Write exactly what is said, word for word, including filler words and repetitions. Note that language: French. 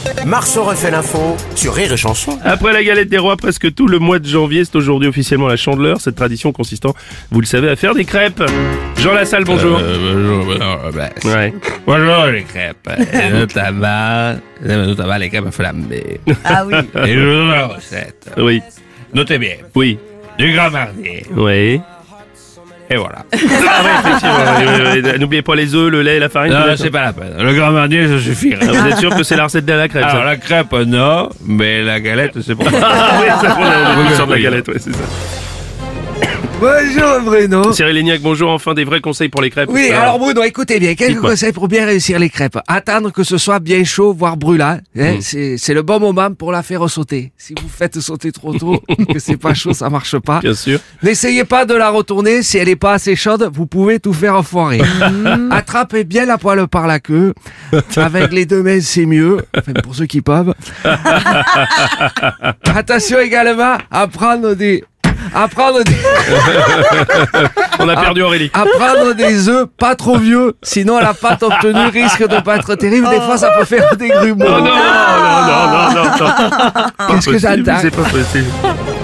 Marceau refait l'info sur Rire et Chanson. Après la galette des rois, presque tout le mois de janvier, c'est aujourd'hui officiellement la Chandeleur, cette tradition consistant, vous le savez, à faire des crêpes. Jean Lassalle, bonjour. Euh, bonjour, bonjour, ben, Ouais. bonjour les crêpes. Et notamment, notamment les crêpes flambées. Ah oui. Et je vous donne la recette. Oui. Notez bien. Oui. Du grand marnier. Oui. Et voilà. Ah oui, effectivement. oui, oui, oui. N'oubliez pas les œufs, le lait et la farine. Non, peut-être. c'est pas la peine. Le grand marnier, ça suffira. Ah, vous êtes sûr que c'est la recette de la crêpe, Alors, ça? la crêpe, non, mais la galette, c'est pour ça. Ah oui, ça, on est- on est plus sûr de la Oui. galette, ouais, c'est ça. Bonjour Bruno. Cyril Lignac, bonjour, enfin des vrais conseils pour les crêpes. Oui, Ah. alors Bruno, écoutez bien, quelques Dites-moi. conseils pour bien réussir les crêpes. Attendre que ce soit bien chaud, voire brûlant. Hein, Mm. c'est, c'est le bon moment pour la faire sauter. Si vous faites sauter trop tôt, que c'est pas chaud, ça marche pas. Bien sûr. N'essayez pas de la retourner, si elle est pas assez chaude, vous pouvez tout faire enfoirer. Attrapez bien la poêle par la queue. Avec les deux mains, c'est mieux. Enfin, pour ceux qui peuvent. Attention également à prendre des... À prendre des... On a perdu Aurélie. à prendre des œufs pas trop vieux, sinon la pâte obtenue risque de pas être terrible. Des fois, ça peut faire des grumeaux. Oh non, non, non, non, non, non. Qu'est-ce que Pas possible, j'entends C'est pas possible.